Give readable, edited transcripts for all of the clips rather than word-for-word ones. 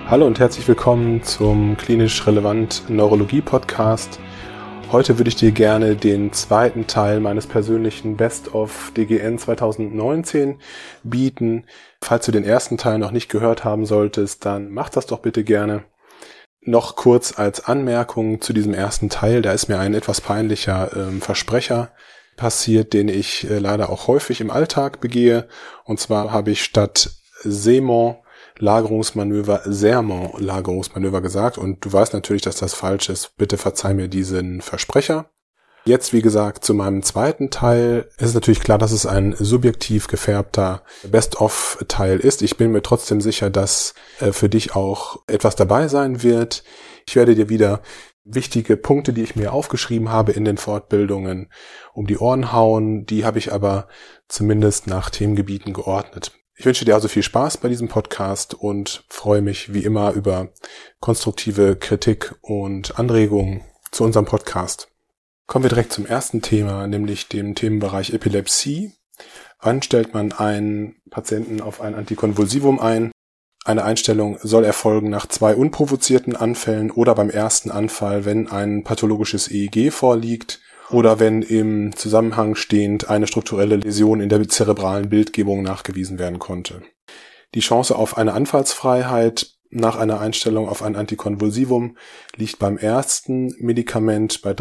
Hallo und herzlich willkommen zum Klinisch Relevant Neurologie Podcast. Heute würde ich dir gerne den zweiten Teil meines persönlichen Best of DGN 2019 bieten. Falls du den ersten Teil noch nicht gehört haben solltest, dann mach das doch bitte gerne. Noch kurz als Anmerkung zu diesem ersten Teil, da ist mir ein etwas peinlicher Versprecher passiert, den ich leider auch häufig im Alltag begehe. Und zwar habe ich statt Sermon-Lagerungsmanöver Sermon-Lagerungsmanöver gesagt. Und du weißt natürlich, dass das falsch ist. Bitte verzeih mir diesen Versprecher. Jetzt, wie gesagt, zu meinem zweiten Teil. Es ist natürlich klar, dass es ein subjektiv gefärbter Best-of-Teil ist. Ich bin mir trotzdem sicher, dass für dich auch etwas dabei sein wird. Ich werde dir wieder wichtige Punkte, die ich mir aufgeschrieben habe in den Fortbildungen, um die Ohren hauen. Die habe ich aber zumindest nach Themengebieten geordnet. Ich wünsche dir also viel Spaß bei diesem Podcast und freue mich wie immer über konstruktive Kritik und Anregungen zu unserem Podcast. Kommen wir direkt zum ersten Thema, nämlich dem Themenbereich Epilepsie. Wann stellt man einen Patienten auf ein Antikonvulsivum ein? Eine Einstellung soll erfolgen nach 2 unprovozierten Anfällen oder beim ersten Anfall, wenn ein pathologisches EEG vorliegt oder wenn im Zusammenhang stehend eine strukturelle Läsion in der zerebralen Bildgebung nachgewiesen werden konnte. Die Chance auf eine Anfallsfreiheit nach einer Einstellung auf ein Antikonvulsivum liegt beim ersten Medikament bei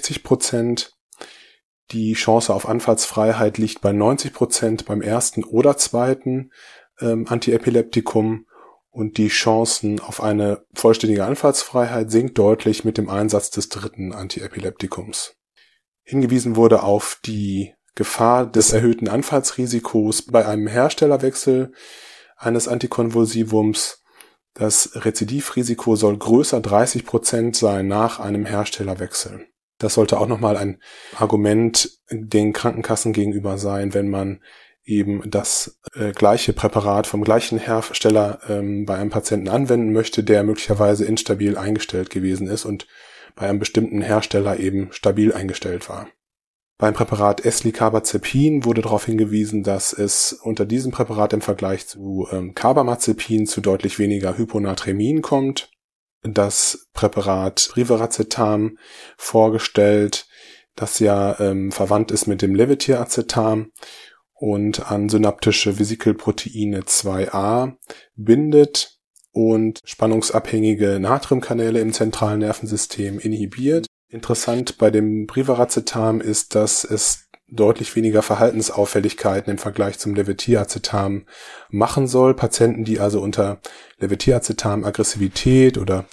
63%. Die Chance auf Anfallsfreiheit liegt bei 90% beim ersten oder zweiten Antiepileptikum. Und die Chancen auf eine vollständige Anfallsfreiheit sinkt deutlich mit dem Einsatz des dritten Antiepileptikums. Hingewiesen wurde auf die Gefahr des erhöhten Anfallsrisikos bei einem Herstellerwechsel eines Antikonvulsivums. Das Rezidivrisiko soll größer 30% sein nach einem Herstellerwechsel. Das sollte auch nochmal ein Argument den Krankenkassen gegenüber sein, wenn man eben das gleiche Präparat vom gleichen Hersteller bei einem Patienten anwenden möchte, der möglicherweise instabil eingestellt gewesen ist und bei einem bestimmten Hersteller eben stabil eingestellt war. Beim Präparat Eslicarbazepin wurde darauf hingewiesen, dass es unter diesem Präparat im Vergleich zu Carbamazepin zu deutlich weniger Hyponatremien kommt. Das Präparat Riveracetam vorgestellt, das ja verwandt ist mit dem Levitiracetam und an synaptische Vesikelproteine 2a bindet und spannungsabhängige Natriumkanäle im zentralen Nervensystem inhibiert. Interessant bei dem Riveracetam ist, dass es deutlich weniger Verhaltensauffälligkeiten im Vergleich zum Levitiracetam machen soll. Patienten, die also unter Levitiracetam Aggressivität oder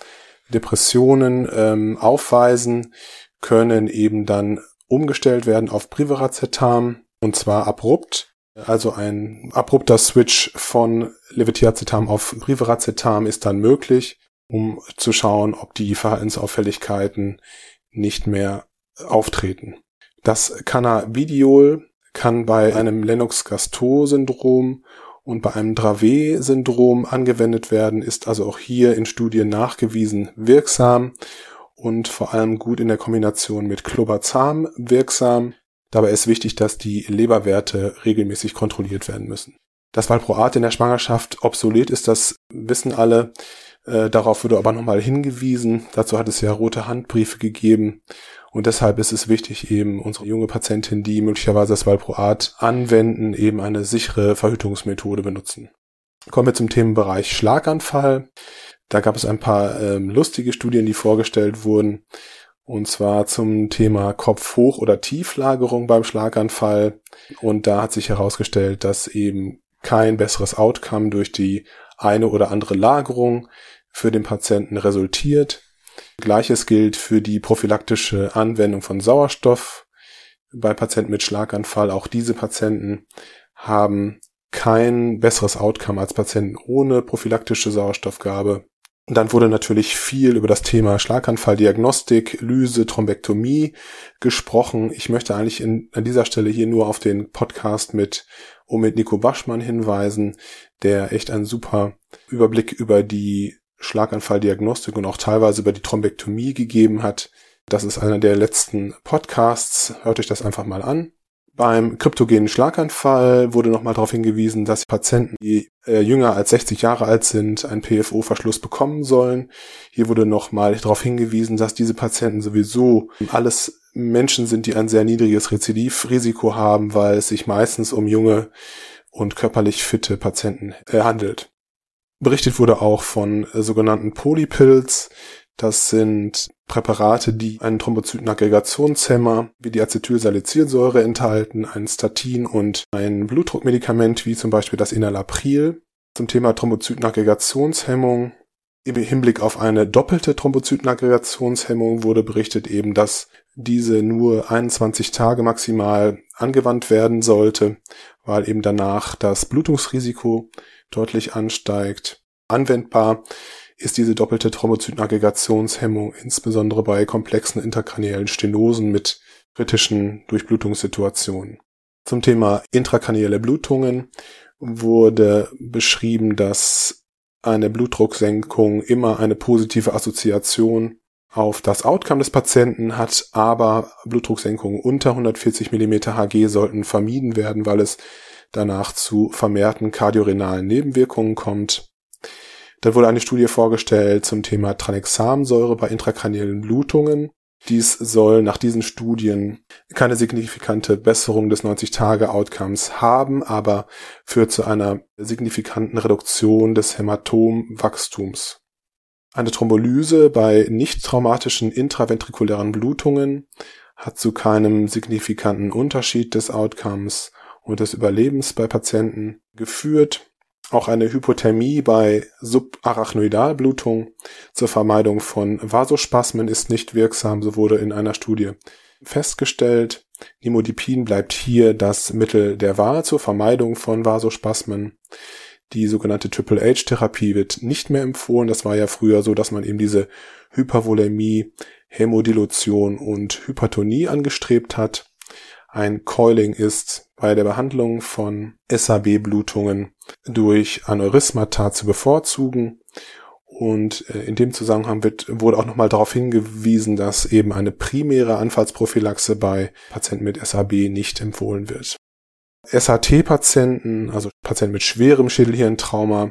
Depressionen aufweisen, können eben dann umgestellt werden auf Riveracetam und zwar abrupt. Also ein abrupter Switch von Levitiracetam auf Riveracetam ist dann möglich, um zu schauen, ob die Verhaltensauffälligkeiten nicht mehr auftreten. Das Cannabidiol kann bei einem Lennox-Gastaut-Syndrom und bei einem Dravet-Syndrom angewendet werden, ist also auch hier in Studien nachgewiesen wirksam und vor allem gut in der Kombination mit Clobazam wirksam. Dabei ist wichtig, dass die Leberwerte regelmäßig kontrolliert werden müssen. Dass Valproat in der Schwangerschaft obsolet ist, das wissen alle. Darauf wurde aber nochmal hingewiesen. Dazu hat es ja rote Handbriefe gegeben. Und deshalb ist es wichtig, eben unsere junge Patientin, die möglicherweise das Valproat anwenden, eben eine sichere Verhütungsmethode benutzen. Kommen wir zum Themenbereich Schlaganfall. Da gab es ein paar lustige Studien, die vorgestellt wurden. Und zwar zum Thema Kopf-Hoch- oder Tieflagerung beim Schlaganfall. Und da hat sich herausgestellt, dass eben kein besseres Outcome durch die eine oder andere Lagerung für den Patienten resultiert. Gleiches gilt für die prophylaktische Anwendung von Sauerstoff bei Patienten mit Schlaganfall. Auch diese Patienten haben kein besseres Outcome als Patienten ohne prophylaktische Sauerstoffgabe. Und dann wurde natürlich viel über das Thema Schlaganfalldiagnostik, Lyse, Thrombektomie gesprochen. Ich möchte eigentlich an dieser Stelle hier nur auf den Podcast mit Nico Baschmann hinweisen, der echt einen super Überblick über die Schlaganfalldiagnostik und auch teilweise über die Thrombektomie gegeben hat. Das ist einer der letzten Podcasts. Hört euch das einfach mal an. Beim kryptogenen Schlaganfall wurde nochmal darauf hingewiesen, dass Patienten, die jünger als 60 Jahre alt sind, einen PFO-Verschluss bekommen sollen. Hier wurde nochmal darauf hingewiesen, dass diese Patienten sowieso alles Menschen sind, die ein sehr niedriges Rezidivrisiko haben, weil es sich meistens um junge und körperlich fitte Patienten handelt. Berichtet wurde auch von sogenannten Polypills. Das sind Präparate, die einen Thrombozytenaggregationshemmer wie die Acetylsalicylsäure enthalten, ein Statin und ein Blutdruckmedikament wie zum Beispiel das Enalapril. Zum Thema Thrombozytenaggregationshemmung im Hinblick auf eine doppelte Thrombozytenaggregationshemmung wurde berichtet eben, dass diese nur 21 Tage maximal angewandt werden sollte, weil eben danach das Blutungsrisiko deutlich ansteigt. Anwendbar ist diese doppelte Thrombozytenaggregationshemmung insbesondere bei komplexen intrakraniellen Stenosen mit kritischen Durchblutungssituationen. Zum Thema intrakranielle Blutungen wurde beschrieben, dass eine Blutdrucksenkung immer eine positive Assoziation auf das Outcome des Patienten hat, aber Blutdrucksenkungen unter 140 mm Hg sollten vermieden werden, weil es danach zu vermehrten kardiorenalen Nebenwirkungen kommt. Dann wurde eine Studie vorgestellt zum Thema Tranexamsäure bei intrakraniellen Blutungen. Dies soll nach diesen Studien keine signifikante Besserung des 90-Tage-Outcomes haben, aber führt zu einer signifikanten Reduktion des Hämatomwachstums. Eine Thrombolyse bei nicht traumatischen intraventrikulären Blutungen hat zu keinem signifikanten Unterschied des Outcomes und des Überlebens bei Patienten geführt. Auch eine Hypothermie bei Subarachnoidalblutung zur Vermeidung von Vasospasmen ist nicht wirksam, so wurde in einer Studie festgestellt. Nimodipin bleibt hier das Mittel der Wahl zur Vermeidung von Vasospasmen. Die sogenannte Triple-H-Therapie wird nicht mehr empfohlen. Das war ja früher so, dass man eben diese Hypervolämie, Hämodilution und Hypertonie angestrebt hat. Ein Coiling ist bei der Behandlung von SAB-Blutungen durch Aneurysmata zu bevorzugen. Und in dem Zusammenhang wurde auch nochmal darauf hingewiesen, dass eben eine primäre Anfallsprophylaxe bei Patienten mit SAB nicht empfohlen wird. SAT-Patienten, also Patienten mit schwerem Schädelhirntrauma,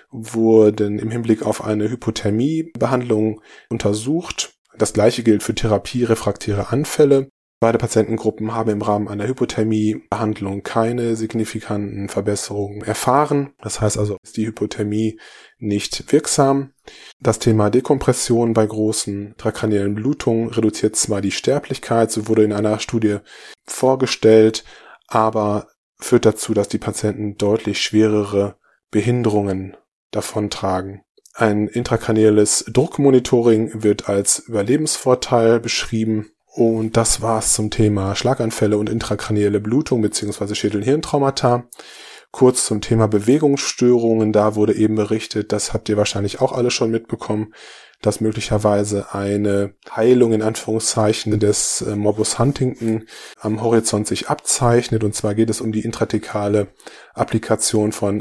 wurden im Hinblick auf eine Hypothermie-Behandlung untersucht. Das gleiche gilt für therapierefraktäre Anfälle. Beide Patientengruppen haben im Rahmen einer Hypothermie-Behandlung keine signifikanten Verbesserungen erfahren. Das heißt also, ist die Hypothermie nicht wirksam. Das Thema Dekompression bei großen intrakraniellen Blutungen reduziert zwar die Sterblichkeit, so wurde in einer Studie vorgestellt, aber führt dazu, dass die Patienten deutlich schwerere Behinderungen davontragen. Ein intrakranielles Druckmonitoring wird als Überlebensvorteil beschrieben. Und das war's zum Thema Schlaganfälle und intrakranielle Blutung bzw. Schädel-Hirntraumata. Kurz zum Thema Bewegungsstörungen. Da wurde eben berichtet, das habt ihr wahrscheinlich auch alle schon mitbekommen, dass möglicherweise eine Heilung in Anführungszeichen des Morbus Huntington am Horizont sich abzeichnet. Und zwar geht es um die intrathekale Applikation von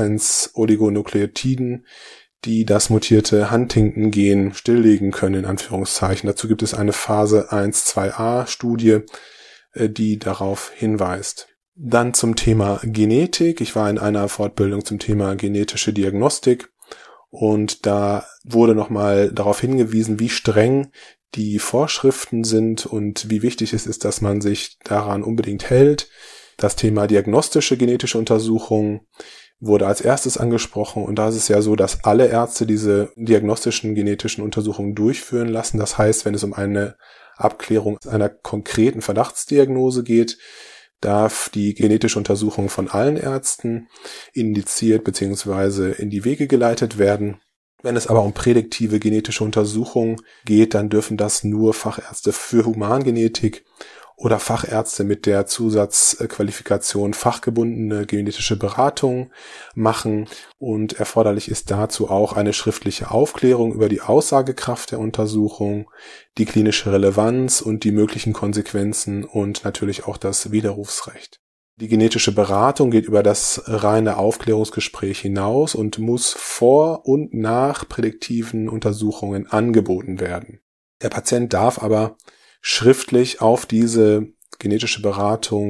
Antisense-Oligonukleotiden, die das mutierte Huntington-Gen stilllegen können, in Anführungszeichen. Dazu gibt es eine Phase 1-2a-Studie, die darauf hinweist. Dann zum Thema Genetik. Ich war in einer Fortbildung zum Thema genetische Diagnostik und da wurde nochmal darauf hingewiesen, wie streng die Vorschriften sind und wie wichtig es ist, dass man sich daran unbedingt hält. Das Thema diagnostische genetische Untersuchungen wurde als erstes angesprochen und da ist es ja so, dass alle Ärzte diese diagnostischen genetischen Untersuchungen durchführen lassen. Das heißt, wenn es um eine Abklärung einer konkreten Verdachtsdiagnose geht, darf die genetische Untersuchung von allen Ärzten indiziert bzw. in die Wege geleitet werden. Wenn es aber um prädiktive genetische Untersuchungen geht, dann dürfen das nur Fachärzte für Humangenetik oder Fachärzte mit der Zusatzqualifikation fachgebundene genetische Beratung machen und erforderlich ist dazu auch eine schriftliche Aufklärung über die Aussagekraft der Untersuchung, die klinische Relevanz und die möglichen Konsequenzen und natürlich auch das Widerrufsrecht. Die genetische Beratung geht über das reine Aufklärungsgespräch hinaus und muss vor und nach prädiktiven Untersuchungen angeboten werden. Der Patient darf aber schriftlich auf diese genetische Beratung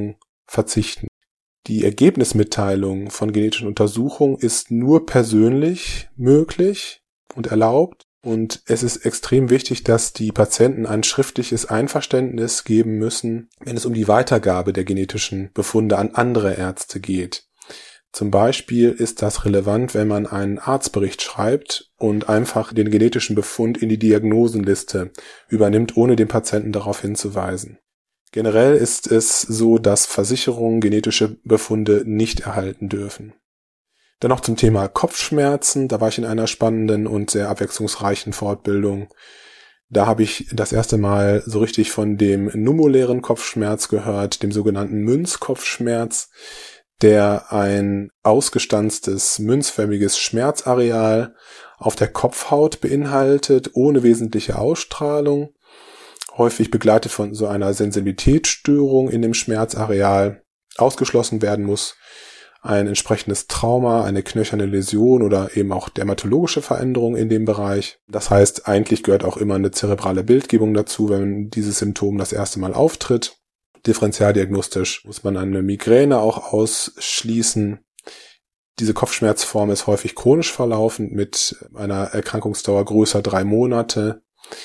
verzichten. Die Ergebnismitteilung von genetischen Untersuchungen ist nur persönlich möglich und erlaubt. Und es ist extrem wichtig, dass die Patienten ein schriftliches Einverständnis geben müssen, wenn es um die Weitergabe der genetischen Befunde an andere Ärzte geht. Zum Beispiel ist das relevant, wenn man einen Arztbericht schreibt und einfach den genetischen Befund in die Diagnosenliste übernimmt, ohne den Patienten darauf hinzuweisen. Generell ist es so, dass Versicherungen genetische Befunde nicht erhalten dürfen. Dann noch zum Thema Kopfschmerzen. Da war ich in einer spannenden und sehr abwechslungsreichen Fortbildung. Da habe ich das erste Mal so richtig von dem nummulären Kopfschmerz gehört, dem sogenannten Münzkopfschmerz, der ein ausgestanztes, münzförmiges Schmerzareal auf der Kopfhaut beinhaltet, ohne wesentliche Ausstrahlung, häufig begleitet von so einer Sensibilitätsstörung in dem Schmerzareal, ausgeschlossen werden muss ein entsprechendes Trauma, eine knöcherne Läsion oder eben auch dermatologische Veränderung in dem Bereich. Das heißt, eigentlich gehört auch immer eine zerebrale Bildgebung dazu, wenn dieses Symptom das erste Mal auftritt. Differentialdiagnostisch muss man eine Migräne auch ausschließen. Diese Kopfschmerzform ist häufig chronisch verlaufend mit einer Erkrankungsdauer größer 3 Monate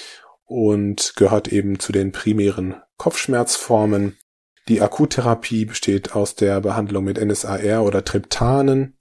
und gehört eben zu den primären Kopfschmerzformen. Die Akuttherapie besteht aus der Behandlung mit NSAR oder Triptanen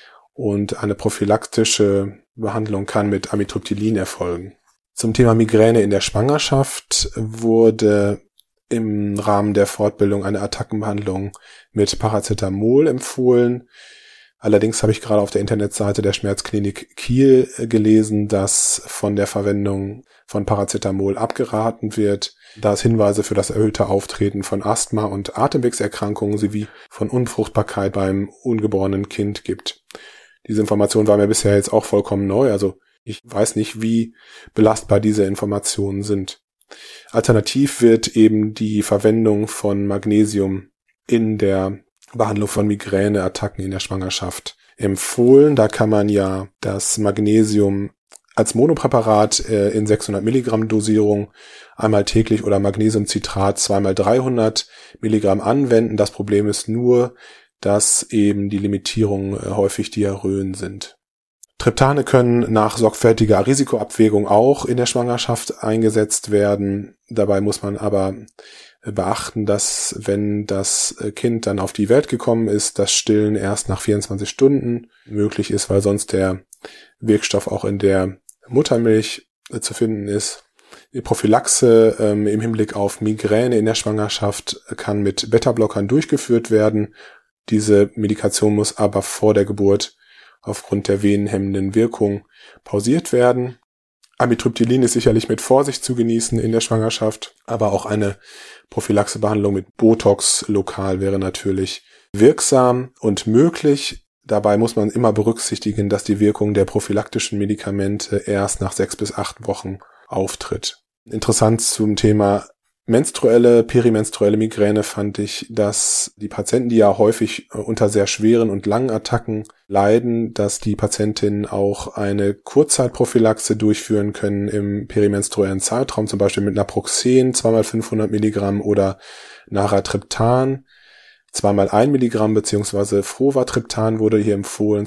und eine prophylaktische Behandlung kann mit Amitriptylin erfolgen. Zum Thema Migräne in der Schwangerschaft wurde im Rahmen der Fortbildung eine Attackenbehandlung mit Paracetamol empfohlen. Allerdings habe ich gerade auf der Internetseite der Schmerzklinik Kiel gelesen, dass von der Verwendung von Paracetamol abgeraten wird, da es Hinweise für das erhöhte Auftreten von Asthma- und Atemwegserkrankungen sowie von Unfruchtbarkeit beim ungeborenen Kind gibt. Diese Information war mir bisher jetzt auch vollkommen neu, also ich weiß nicht, wie belastbar diese Informationen sind. Alternativ wird eben die Verwendung von Magnesium in der Behandlung von Migräneattacken in der Schwangerschaft empfohlen. Da kann man ja das Magnesium als Monopräparat in 600 Milligramm Dosierung einmal täglich oder Magnesiumcitrat 2x300 Milligramm anwenden. Das Problem ist nur, dass eben die Limitierungen häufig Diarrhöen sind. Triptane können nach sorgfältiger Risikoabwägung auch in der Schwangerschaft eingesetzt werden. Dabei muss man aber beachten, dass wenn das Kind dann auf die Welt gekommen ist, das Stillen erst nach 24 Stunden möglich ist, weil sonst der Wirkstoff auch in der Muttermilch zu finden ist. Die Prophylaxe im Hinblick auf Migräne in der Schwangerschaft kann mit Beta-Blockern durchgeführt werden. Diese Medikation muss aber vor der Geburt aufgrund der venenhemmenden Wirkung pausiert werden. Amitriptylin ist sicherlich mit Vorsicht zu genießen in der Schwangerschaft, aber auch eine Prophylaxebehandlung mit Botox lokal wäre natürlich wirksam und möglich. Dabei muss man immer berücksichtigen, dass die Wirkung der prophylaktischen Medikamente erst nach 6 bis 8 Wochen auftritt. Interessant zum Thema perimenstruelle Migräne fand ich, dass die Patienten, die ja häufig unter sehr schweren und langen Attacken leiden, dass die Patientinnen auch eine Kurzzeitprophylaxe durchführen können im perimenstruellen Zeitraum, zum Beispiel mit Naproxen 2x500 Milligramm oder Naratriptan 2x1 Milligramm beziehungsweise Frovatriptan wurde hier empfohlen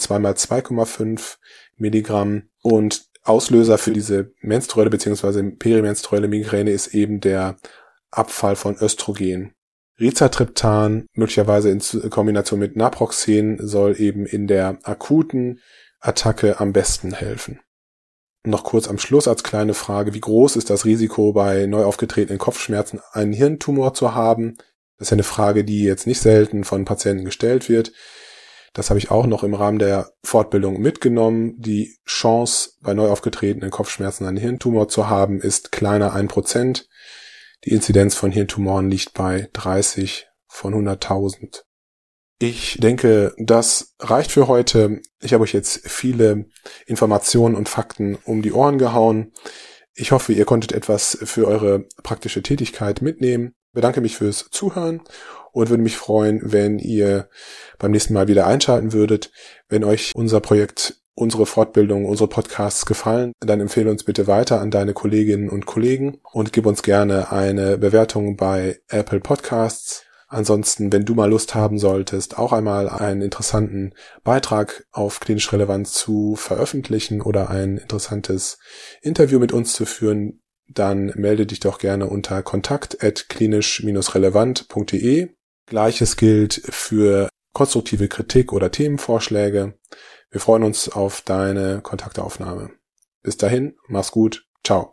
2x2,5 Milligramm und Auslöser für diese menstruelle bzw. perimenstruelle Migräne ist eben der Abfall von Östrogen. Rizatriptan, möglicherweise in Kombination mit Naproxen, soll eben in der akuten Attacke am besten helfen. Noch kurz am Schluss als kleine Frage, wie groß ist das Risiko bei neu aufgetretenen Kopfschmerzen, einen Hirntumor zu haben? Das ist ja eine Frage, die jetzt nicht selten von Patienten gestellt wird. Das habe ich auch noch im Rahmen der Fortbildung mitgenommen. Die Chance, bei neu aufgetretenen Kopfschmerzen einen Hirntumor zu haben, ist kleiner 1%. Die Inzidenz von Hirntumoren liegt bei 30 von 100.000. Ich denke, das reicht für heute. Ich habe euch jetzt viele Informationen und Fakten um die Ohren gehauen. Ich hoffe, ihr konntet etwas für eure praktische Tätigkeit mitnehmen. Ich bedanke mich fürs Zuhören und würde mich freuen, wenn ihr beim nächsten Mal wieder einschalten würdet. Wenn euch unser Projekt, unsere Fortbildung, unsere Podcasts gefallen, dann empfehle uns bitte weiter an deine Kolleginnen und Kollegen und gib uns gerne eine Bewertung bei Apple Podcasts. Ansonsten, wenn du mal Lust haben solltest, auch einmal einen interessanten Beitrag auf Klinisch Relevant zu veröffentlichen oder ein interessantes Interview mit uns zu führen, dann melde dich doch gerne unter kontakt@klinisch-relevant.de. Gleiches gilt für konstruktive Kritik oder Themenvorschläge. Wir freuen uns auf deine Kontaktaufnahme. Bis dahin, mach's gut, ciao.